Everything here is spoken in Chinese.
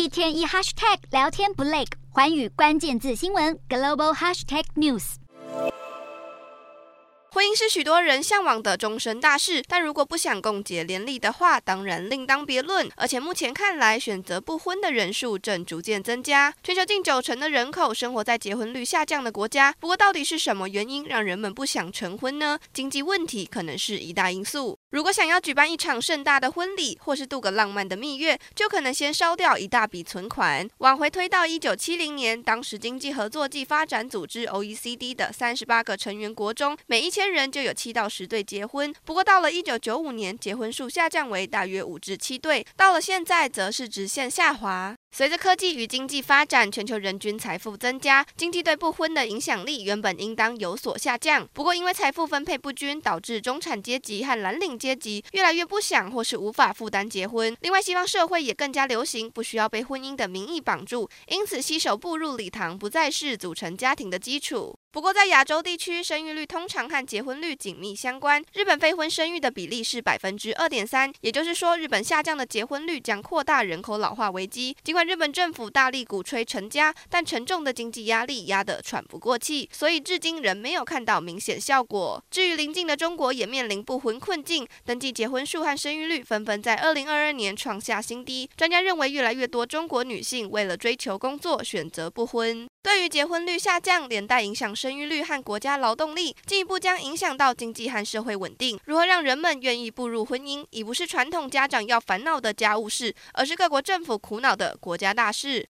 一天一 hashtag 聊天不累，寰宇关键字新闻 global hashtag news。 婚姻是许多人向往的终身大事，但如果不想共结连理的话，当然另当别论。而且目前看来，选择不婚的人数正逐渐增加。全球近90%的人口生活在结婚率下降的国家。不过，到底是什么原因让人们不想成婚呢？经济问题可能是一大因素。如果想要举办一场盛大的婚礼，或是度个浪漫的蜜月，就可能先烧掉一大笔存款。往回推到1970年，当时经济合作暨发展组织 OECD 的38个成员国中，每1000人就有7到10对结婚。不过到了1995年，结婚数下降为大约5至7对，到了现在则是直线下滑。随着科技与经济发展，全球人均财富增加，经济对不婚的影响力原本应当有所下降。不过因为财富分配不均，导致中产阶级和蓝领阶级越来越不想或是无法负担结婚。另外，西方社会也更加流行不需要被婚姻的名义绑住，因此携手步入礼堂不再是组成家庭的基础。不过在亚洲地区，生育率通常和结婚率紧密相关。日本非婚生育的比例是2.3%，也就是说，日本下降的结婚率将扩大人口老化危机。尽管日本政府大力鼓吹成家，但沉重的经济压力压得喘不过气，所以至今仍没有看到明显效果。至于邻近的中国，也面临不婚困境，登记结婚数和生育率纷纷在2022年创下新低。专家认为，越来越多中国女性为了追求工作选择不婚。对于结婚率下降，连带影响生育率和国家劳动力，进一步将影响到经济和社会稳定。如何让人们愿意步入婚姻，已不是传统家长要烦恼的家务事，而是各国政府苦恼的国家大事。